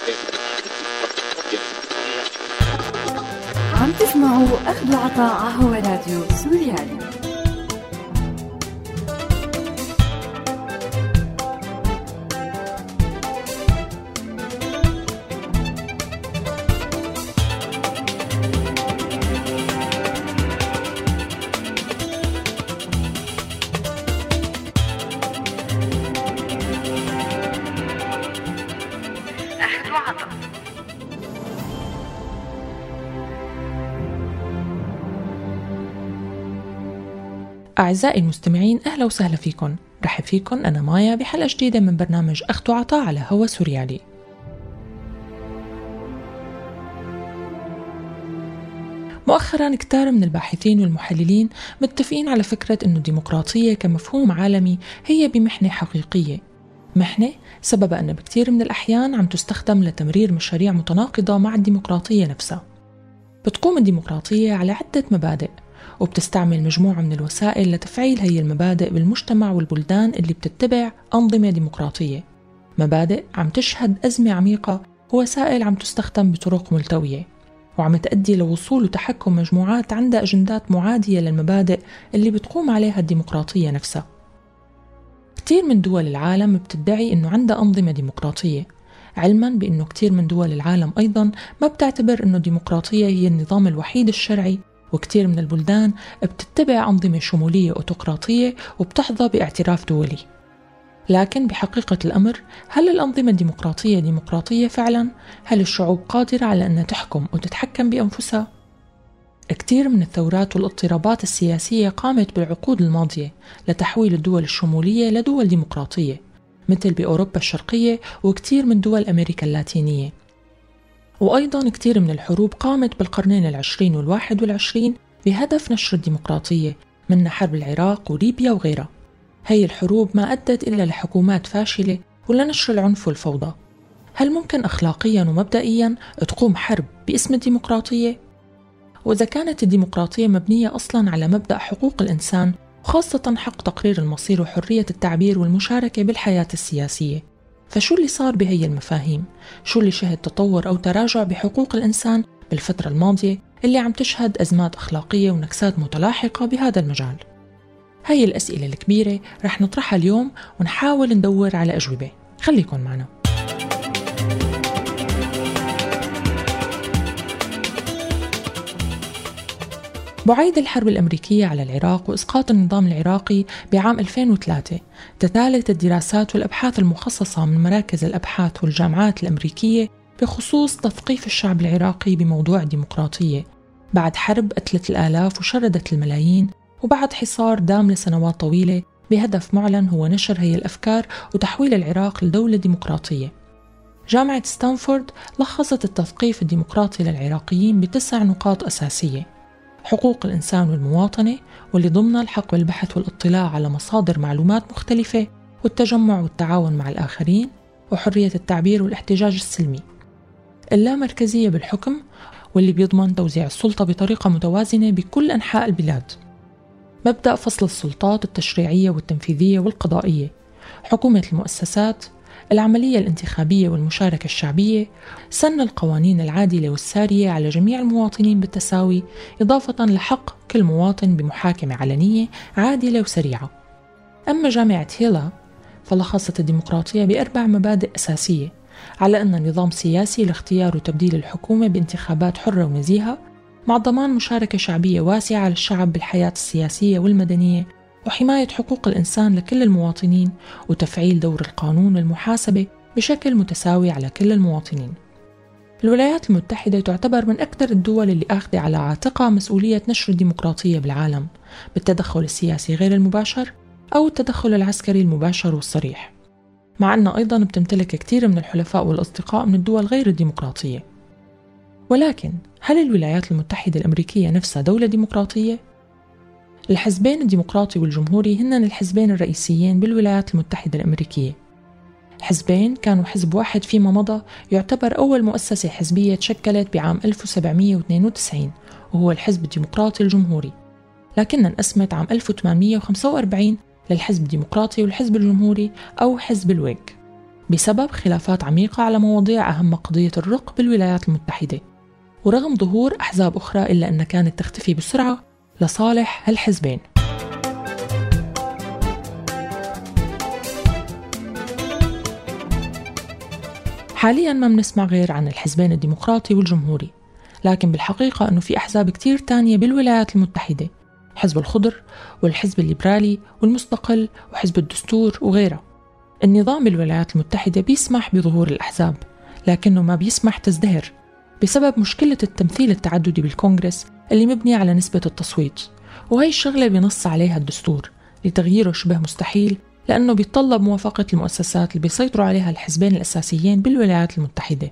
عم تسمعوا أخذ وعطاء على هوا راديو سوريالي. أعزائي المستمعين، أهلا وسهلا فيكم. رحب فيكم أنا مايا بحلقة جديدة من برنامج أخذ وعطاء على هوا سوريالي. مؤخرا كتار من الباحثين والمحللين متفقين على فكرة أنه الديمقراطية كمفهوم عالمي هي بمحنة حقيقية، محنة سبب أن بكتير من الأحيان عم تستخدم لتمرير مشاريع متناقضة مع الديمقراطية نفسها. بتقوم الديمقراطية على عدة مبادئ، وبتستعمل مجموعة من الوسائل لتفعيل هي المبادئ بالمجتمع والبلدان اللي بتتبع أنظمة ديمقراطية. مبادئ عم تشهد أزمة عميقة ووسائل عم تستخدم بطرق ملتوية، وعم تؤدي لوصول وتحكم مجموعات عندها أجندات معادية للمبادئ اللي بتقوم عليها الديمقراطية نفسها. كتير من دول العالم بتدعي إنه عندها أنظمة ديمقراطية، علماً بأنه كتير من دول العالم أيضاً ما بتعتبر إنه الديمقراطية هي النظام الوحيد الشرعي، وكتير من البلدان بتتبع أنظمة شمولية أوتقراطية وبتحظى باعتراف دولي. لكن بحقيقة الأمر، هل الأنظمة الديمقراطية ديمقراطية فعلاً؟ هل الشعوب قادرة على أن تحكم وتتحكم بأنفسها؟ كتير من الثورات والاضطرابات السياسية قامت بالعقود الماضية لتحويل الدول الشمولية لدول ديمقراطية، مثل بأوروبا الشرقية وكتير من دول أمريكا اللاتينية. وأيضاً كتير من الحروب قامت بالقرنين العشرين والواحد والعشرين بهدف نشر الديمقراطية، منها حرب العراق وليبيا وغيرها. هي الحروب ما أدت إلا لحكومات فاشلة ولنشر العنف والفوضى. هل ممكن أخلاقياً ومبدئياً تقوم حرب باسم الديمقراطية؟ وإذا كانت الديمقراطية مبنية أصلاً على مبدأ حقوق الإنسان، وخاصة حق تقرير المصير وحرية التعبير والمشاركة بالحياة السياسية، فشو اللي صار بهي المفاهيم؟ شو اللي شهد تطور أو تراجع بحقوق الإنسان بالفترة الماضية اللي عم تشهد أزمات أخلاقية ونكسات متلاحقة بهذا المجال؟ هاي الأسئلة الكبيرة رح نطرحها اليوم ونحاول ندور على أجوبة. خليكن معنا. بعيد الحرب الأمريكية على العراق وإسقاط النظام العراقي بعام 2003، تتالت الدراسات والأبحاث المخصصة من مراكز الأبحاث والجامعات الأمريكية بخصوص تثقيف الشعب العراقي بموضوع الديمقراطية، بعد حرب قتلت الآلاف وشردت الملايين، وبعد حصار دام لسنوات طويلة بهدف معلن هو نشر هي الأفكار وتحويل العراق لدولة ديمقراطية. جامعة ستانفورد لخصت التثقيف الديمقراطي للعراقيين ب9 نقاط أساسية: حقوق الإنسان والمواطنة، واللي ضمنها الحق بالبحث والاطلاع على مصادر معلومات مختلفة، والتجمع والتعاون مع الآخرين، وحرية التعبير والاحتجاج السلمي. اللامركزية بالحكم، واللي بيضمن توزيع السلطة بطريقة متوازنة بكل أنحاء البلاد. مبدأ فصل السلطات التشريعية والتنفيذية والقضائية، حكومة المؤسسات، العملية الانتخابية والمشاركة الشعبية، سن القوانين العادلة والسارية على جميع المواطنين بالتساوي، إضافة لحق كل مواطن بمحاكمة علنية عادلة وسريعة. أما جامعة هيلا فلخصت الديمقراطية ب4 مبادئ أساسية، على أن نظام سياسي لاختيار وتبديل الحكومة بانتخابات حرة ونزيهة، مع ضمان مشاركة شعبية واسعة للشعب بالحياة السياسية والمدنية، وحماية حقوق الإنسان لكل المواطنين، وتفعيل دور القانون والمحاسبة بشكل متساوي على كل المواطنين. الولايات المتحدة تعتبر من أكثر الدول اللي أخذ على عاتقها مسؤولية نشر الديمقراطية بالعالم بالتدخل السياسي غير المباشر أو التدخل العسكري المباشر والصريح، مع أنها أيضاً بتمتلك كثير من الحلفاء والأصدقاء من الدول غير الديمقراطية. ولكن هل الولايات المتحدة الأمريكية نفسها دولة ديمقراطية؟ الحزبين الديمقراطي والجمهوري هن الحزبين الرئيسيين بالولايات المتحدة الأمريكية. حزبين كانوا حزب واحد فيما مضى، يعتبر أول مؤسسة حزبية تشكلت بعام 1792، وهو الحزب الديمقراطي الجمهوري، لكنها انقسمت عام 1845 للحزب الديمقراطي والحزب الجمهوري أو حزب الويج. بسبب خلافات عميقة على مواضيع أهم قضية الرق بالولايات المتحدة، ورغم ظهور أحزاب أخرى إلا أنها كانت تختفي بسرعة لصالح هالحزبين. حالياً ما بنسمع غير عن الحزبين الديمقراطي والجمهوري، لكن بالحقيقة أنه في أحزاب كتير تانية بالولايات المتحدة، حزب الخضر والحزب الليبرالي والمستقل وحزب الدستور وغيرها. النظام بالولايات المتحدة بيسمح بظهور الأحزاب، لكنه ما بيسمح تزدهر بسبب مشكلة التمثيل التعددي بالكونغرس اللي مبني على نسبة التصويت، وهي الشغلة بينص عليها الدستور لتغييره شبه مستحيل، لأنه بيتطلب موافقة المؤسسات اللي بيسيطروا عليها الحزبين الأساسيين بالولايات المتحدة.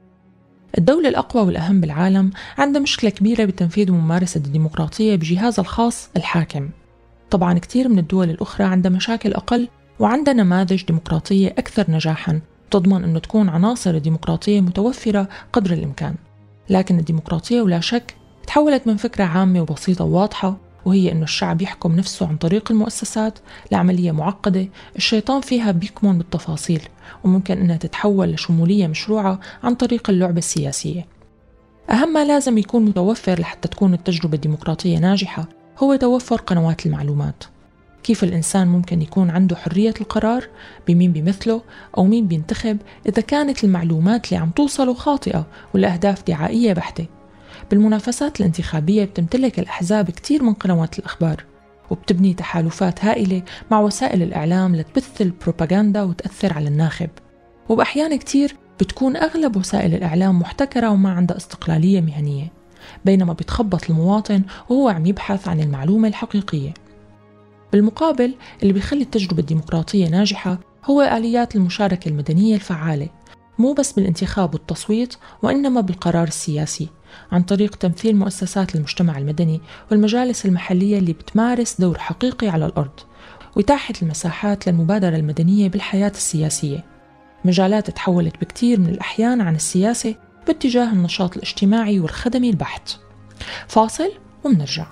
الدولة الأقوى والأهم بالعالم عندها مشكلة كبيرة بتنفيذ وممارسة الديمقراطية بجهازها الخاص الحاكم. طبعاً كتير من الدول الأخرى عندها مشاكل أقل وعندها نماذج ديمقراطية أكثر نجاحاً تضمن أنه تكون عناصر الديمقراطية متوفرة قدر الإمكان. لكن الديمقراطية ولا شك تحولت من فكرة عامة وبسيطة وواضحة، وهي أنه الشعب يحكم نفسه عن طريق المؤسسات، لعملية معقدة الشيطان فيها بيكمن بالتفاصيل، وممكن أنها تتحول لشمولية مشروعة عن طريق اللعبة السياسية. أهم ما لازم يكون متوفر لحتى تكون التجربة الديمقراطية ناجحة هو توفر قنوات المعلومات. كيف الإنسان ممكن يكون عنده حرية القرار بمين بيمثله أو مين بينتخب إذا كانت المعلومات اللي عم توصله خاطئة والأهداف دعائية بحتة. بالمنافسات الانتخابية بتمتلك الأحزاب كتير من قنوات الأخبار، وبتبني تحالفات هائلة مع وسائل الإعلام لتبث البروباغندا وتأثر على الناخب، وبأحيان كتير بتكون أغلب وسائل الإعلام محتكرة وما عندها استقلالية مهنية، بينما بتخبط المواطن وهو عم يبحث عن المعلومة الحقيقية. بالمقابل اللي بيخلي التجربة الديمقراطية ناجحة هو آليات المشاركة المدنية الفعالة، مو بس بالانتخاب والتصويت وإنما بالقرار السياسي، عن طريق تمثيل مؤسسات المجتمع المدني والمجالس المحلية اللي بتمارس دور حقيقي على الأرض، وإتاحة المساحات للمبادرة المدنية بالحياة السياسية، مجالات تحولت بكتير من الأحيان عن السياسة باتجاه النشاط الاجتماعي والخدمي البحت. فاصل ومنرجع.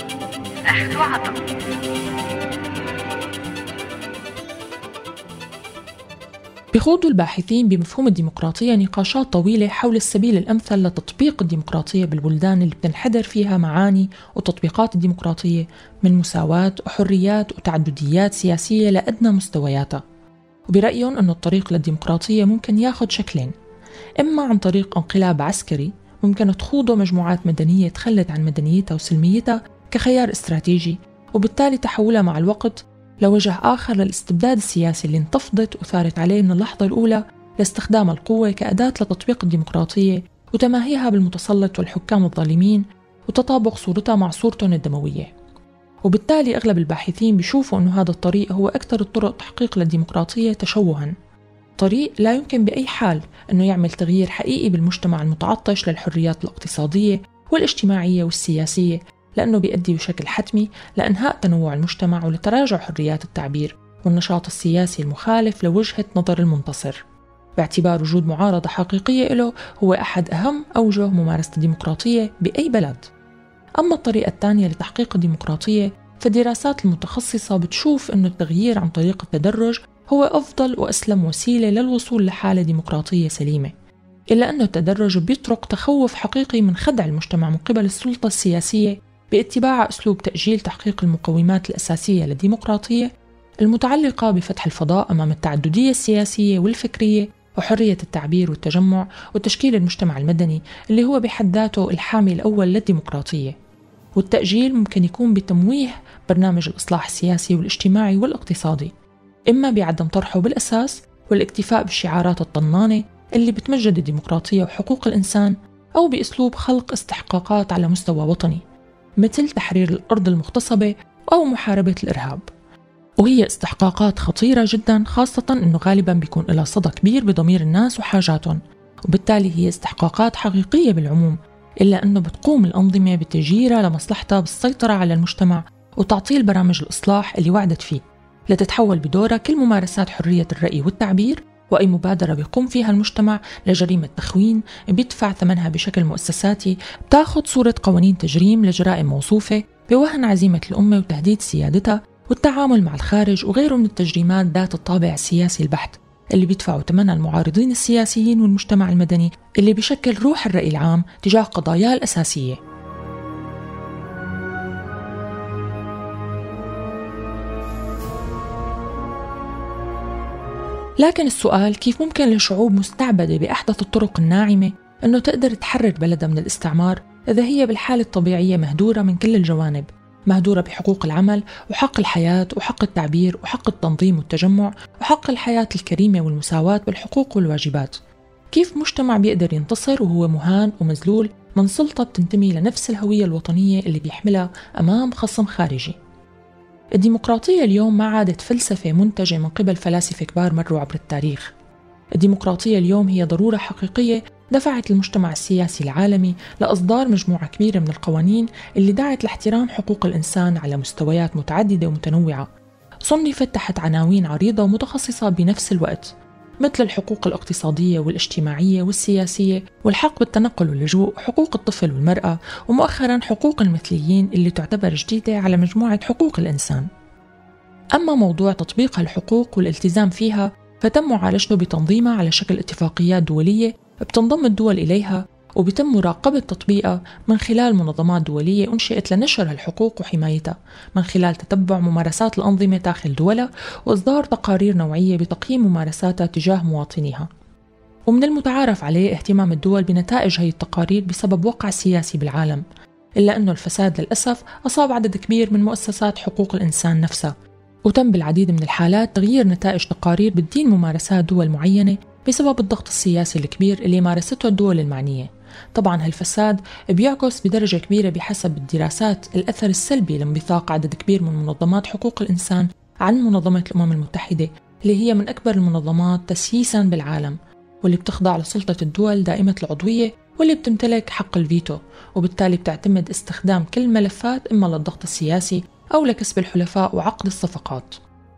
أخذ وعطا. بيخوض الباحثين بمفهوم الديمقراطية نقاشات طويلة حول السبيل الأمثل لتطبيق الديمقراطية بالبلدان اللي بتنحدر فيها معاني وتطبيقات الديمقراطية من مساواة وحريات وتعدديات سياسية لأدنى مستوياتها. وبرأيهم أن الطريق للديمقراطية ممكن ياخد شكلين، إما عن طريق انقلاب عسكري ممكن تخوضه مجموعات مدنية تخلت عن مدنيتها وسلميتها كخيار استراتيجي، وبالتالي تحولها مع الوقت لوجه آخر للاستبداد السياسي اللي انتفضت وثارت عليه من اللحظة الأولى لاستخدام القوة كأداة لتطبيق الديمقراطية وتماهيها بالمتسلط والحكام الظالمين وتطابق صورتها مع صورتهم الدموية. وبالتالي أغلب الباحثين بيشوفوا أنه هذا الطريق هو أكثر الطرق تحقيق للديمقراطية تشوهاً، طريق لا يمكن بأي حال أنه يعمل تغيير حقيقي بالمجتمع المتعطش للحريات الاقتصادية والاجتماعية والسياسية، لأنه بيؤدي بشكل حتمي لإنهاء تنوع المجتمع ولتراجع حريات التعبير والنشاط السياسي المخالف لوجهة نظر المنتصر، باعتبار وجود معارضة حقيقية له هو أحد أهم أوجه ممارسة الديمقراطية بأي بلد. أما الطريقة الثانية لتحقيق الديمقراطية فالدراسات المتخصصة بتشوف أنه التغيير عن طريق التدرج هو أفضل وأسلم وسيلة للوصول لحالة ديمقراطية سليمة، إلا أنه التدرج بيطرق تخوف حقيقي من خدع المجتمع من قبل السلطة السياسية باتباع أسلوب تأجيل تحقيق المقومات الأساسية للديمقراطية المتعلقة بفتح الفضاء أمام التعددية السياسية والفكرية وحرية التعبير والتجمع وتشكيل المجتمع المدني اللي هو بحد ذاته الحامي الأول للديمقراطية. والتأجيل ممكن يكون بتمويه برنامج الإصلاح السياسي والاجتماعي والاقتصادي، إما بعدم طرحه بالأساس والاكتفاء بالشعارات الطنانة اللي بتمجد الديمقراطية وحقوق الإنسان، أو بأسلوب خلق استحقاقات على مستوى وطني مثل تحرير الأرض المغتصبة أو محاربة الإرهاب، وهي استحقاقات خطيرة جدا، خاصة أنه غالبا بيكون لها صدى كبير بضمير الناس وحاجاتهم، وبالتالي هي استحقاقات حقيقية بالعموم، إلا أنه بتقوم الأنظمة بتجيرها لمصلحتها بالسيطرة على المجتمع وتعطيل برامج الإصلاح اللي وعدت فيه، لتتحول بدورها كل ممارسات حرية الرأي والتعبير وأي مبادرة بيقوم فيها المجتمع لجريمة تخوين بيدفع ثمنها بشكل مؤسساتي بتاخد صورة قوانين تجريم لجرائم موصوفة بوهن عزيمة الأمة وتهديد سيادتها والتعامل مع الخارج وغيره من التجريمات ذات الطابع السياسي البحت، اللي بيدفعوا ثمنها المعارضين السياسيين والمجتمع المدني اللي بيشكل روح الرأي العام تجاه قضاياه الأساسية. لكن السؤال كيف ممكن لشعوب مستعبدة بأحدث الطرق الناعمة أنه تقدر تحرر بلدها من الاستعمار إذا هي بالحالة الطبيعية مهدورة من كل الجوانب، مهدورة بحقوق العمل وحق الحياة وحق التعبير وحق التنظيم والتجمع وحق الحياة الكريمة والمساواة بالحقوق والواجبات؟ كيف مجتمع بيقدر ينتصر وهو مهان ومذلول من سلطة بتنتمي لنفس الهوية الوطنية اللي بيحملها أمام خصم خارجي؟ الديمقراطية اليوم ما عادت فلسفة منتجة من قبل فلاسفة كبار مروا عبر التاريخ. الديمقراطية اليوم هي ضرورة حقيقية دفعت المجتمع السياسي العالمي لإصدار مجموعة كبيرة من القوانين اللي دعت لاحترام حقوق الإنسان على مستويات متعددة ومتنوعة، صنفت تحت عناوين عريضة ومتخصصة بنفس الوقت، مثل الحقوق الاقتصادية والاجتماعية والسياسية والحق بالتنقل واللجوء، حقوق الطفل والمرأة، ومؤخراً حقوق المثليين اللي تعتبر جديدة على مجموعة حقوق الإنسان. أما موضوع تطبيق الحقوق والالتزام فيها فتم معالجته بتنظيمها على شكل اتفاقيات دولية بتنضم الدول إليها، وبيتم مراقبة تطبيقها من خلال منظمات دولية أنشئت لنشر الحقوق وحمايتها من خلال تتبع ممارسات الأنظمة داخل دولها وإصدار تقارير نوعية بتقييم ممارساتها تجاه مواطنيها. ومن المتعارف عليه اهتمام الدول بنتائج هذه التقارير بسبب وقع سياسي بالعالم، إلا أنه الفساد للأسف أصاب عدد كبير من مؤسسات حقوق الإنسان نفسها، وتم بالعديد من الحالات تغيير نتائج تقارير بتدين ممارسات دول معينة بسبب الضغط السياسي الكبير اللي مارسته الدول المعنية. طبعا هالفساد بيعكس بدرجة كبيرة بحسب الدراسات الأثر السلبي لانبثاق عدد كبير من منظمات حقوق الإنسان عن منظمة الأمم المتحدة اللي هي من أكبر المنظمات تسييساً بالعالم، واللي بتخضع لسلطة الدول دائمة العضوية واللي بتمتلك حق الفيتو، وبالتالي بتعتمد استخدام كل الملفات إما للضغط السياسي أو لكسب الحلفاء وعقد الصفقات.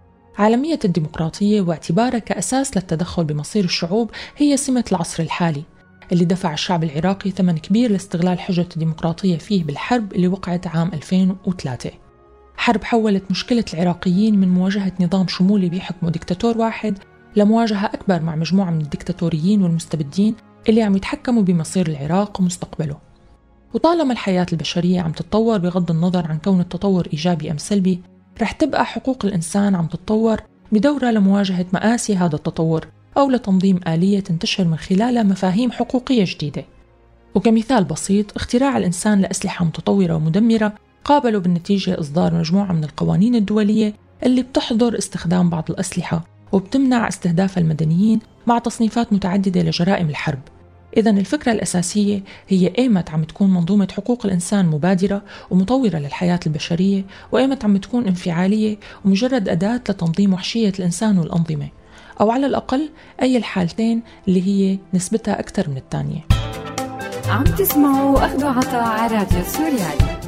عالمية الديمقراطية واعتبارها كأساس للتدخل بمصير الشعوب هي سمة العصر الحالي اللي دفع الشعب العراقي ثمن كبير لاستغلال حجة الديمقراطية فيه بالحرب اللي وقعت عام 2003. حرب حولت مشكلة العراقيين من مواجهة نظام شمولي بيحكمه ديكتاتور واحد لمواجهة أكبر مع مجموعة من الديكتاتوريين والمستبدين اللي عم يتحكموا بمصير العراق ومستقبله. وطالما الحياة البشرية عم تتطور بغض النظر عن كون التطور إيجابي أم سلبي، رح تبقى حقوق الإنسان عم تتطور بدورة لمواجهة مآسي هذا التطور أو لتنظيم آلية تنتشر من خلالها مفاهيم حقوقية جديدة. وكمثال بسيط، اختراع الإنسان لأسلحة متطورة ومدمرة قابلوا بالنتيجة إصدار مجموعة من القوانين الدولية اللي بتحظر استخدام بعض الأسلحة وبتمنع استهداف المدنيين مع تصنيفات متعددة لجرائم الحرب. إذن الفكرة الأساسية هي إيمت عم تكون منظومة حقوق الإنسان مبادرة ومطورة للحياة البشرية، وإيمت عم تكون انفعالية ومجرد أداة لتنظيم وحشية الإنسان والأنظمة، أو على الأقل أي الحالتين اللي هي نسبتها أكثر من الثانية. عم تسمعوا أخذ وعطاء على راديو سوريالي.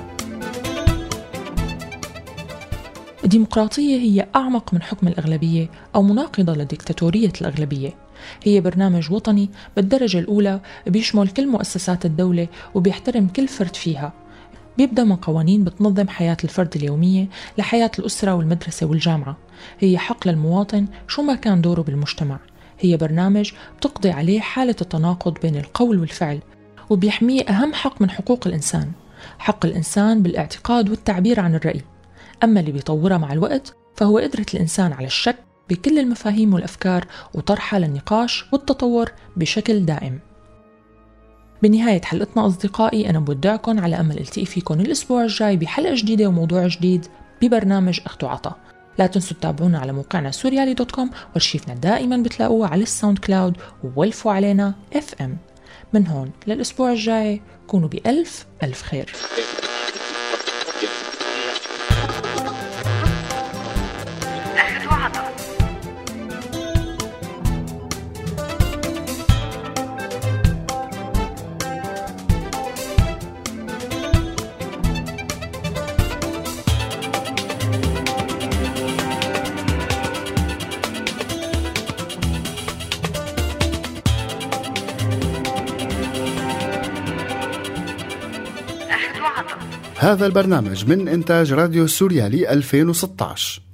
الديمقراطية هي أعمق من حكم الأغلبية أو مناقضة لديكتاتورية الأغلبية. هي برنامج وطني بالدرجة الأولى بيشمل كل مؤسسات الدولة وبيحترم كل فرد فيها. بيبدأ من قوانين بتنظم حياة الفرد اليومية لحياة الأسرة والمدرسة والجامعة. هي حق للمواطن شو ما كان دوره بالمجتمع. هي برنامج بتقضي عليه حالة التناقض بين القول والفعل، وبيحميه أهم حق من حقوق الإنسان، حق الإنسان بالاعتقاد والتعبير عن الرأي. أما اللي بيطورها مع الوقت فهو قدرة الإنسان على الشك بكل المفاهيم والأفكار وطرحها للنقاش والتطور بشكل دائم. بنهاية حلقتنا أصدقائي، أنا بودعكم على أمل التقي فيكم الأسبوع الجاي بحلقة جديدة وموضوع جديد ببرنامج أخذ وعطاء. لا تنسوا تتابعونا على موقعنا سوريالي.com، وارشيفنا دائما بتلاقوه على الساوند كلاود، وولفوا علينا FM. من هون للأسبوع الجاي كونوا بألف ألف خير. هذا البرنامج من إنتاج راديو سوريالي 2016.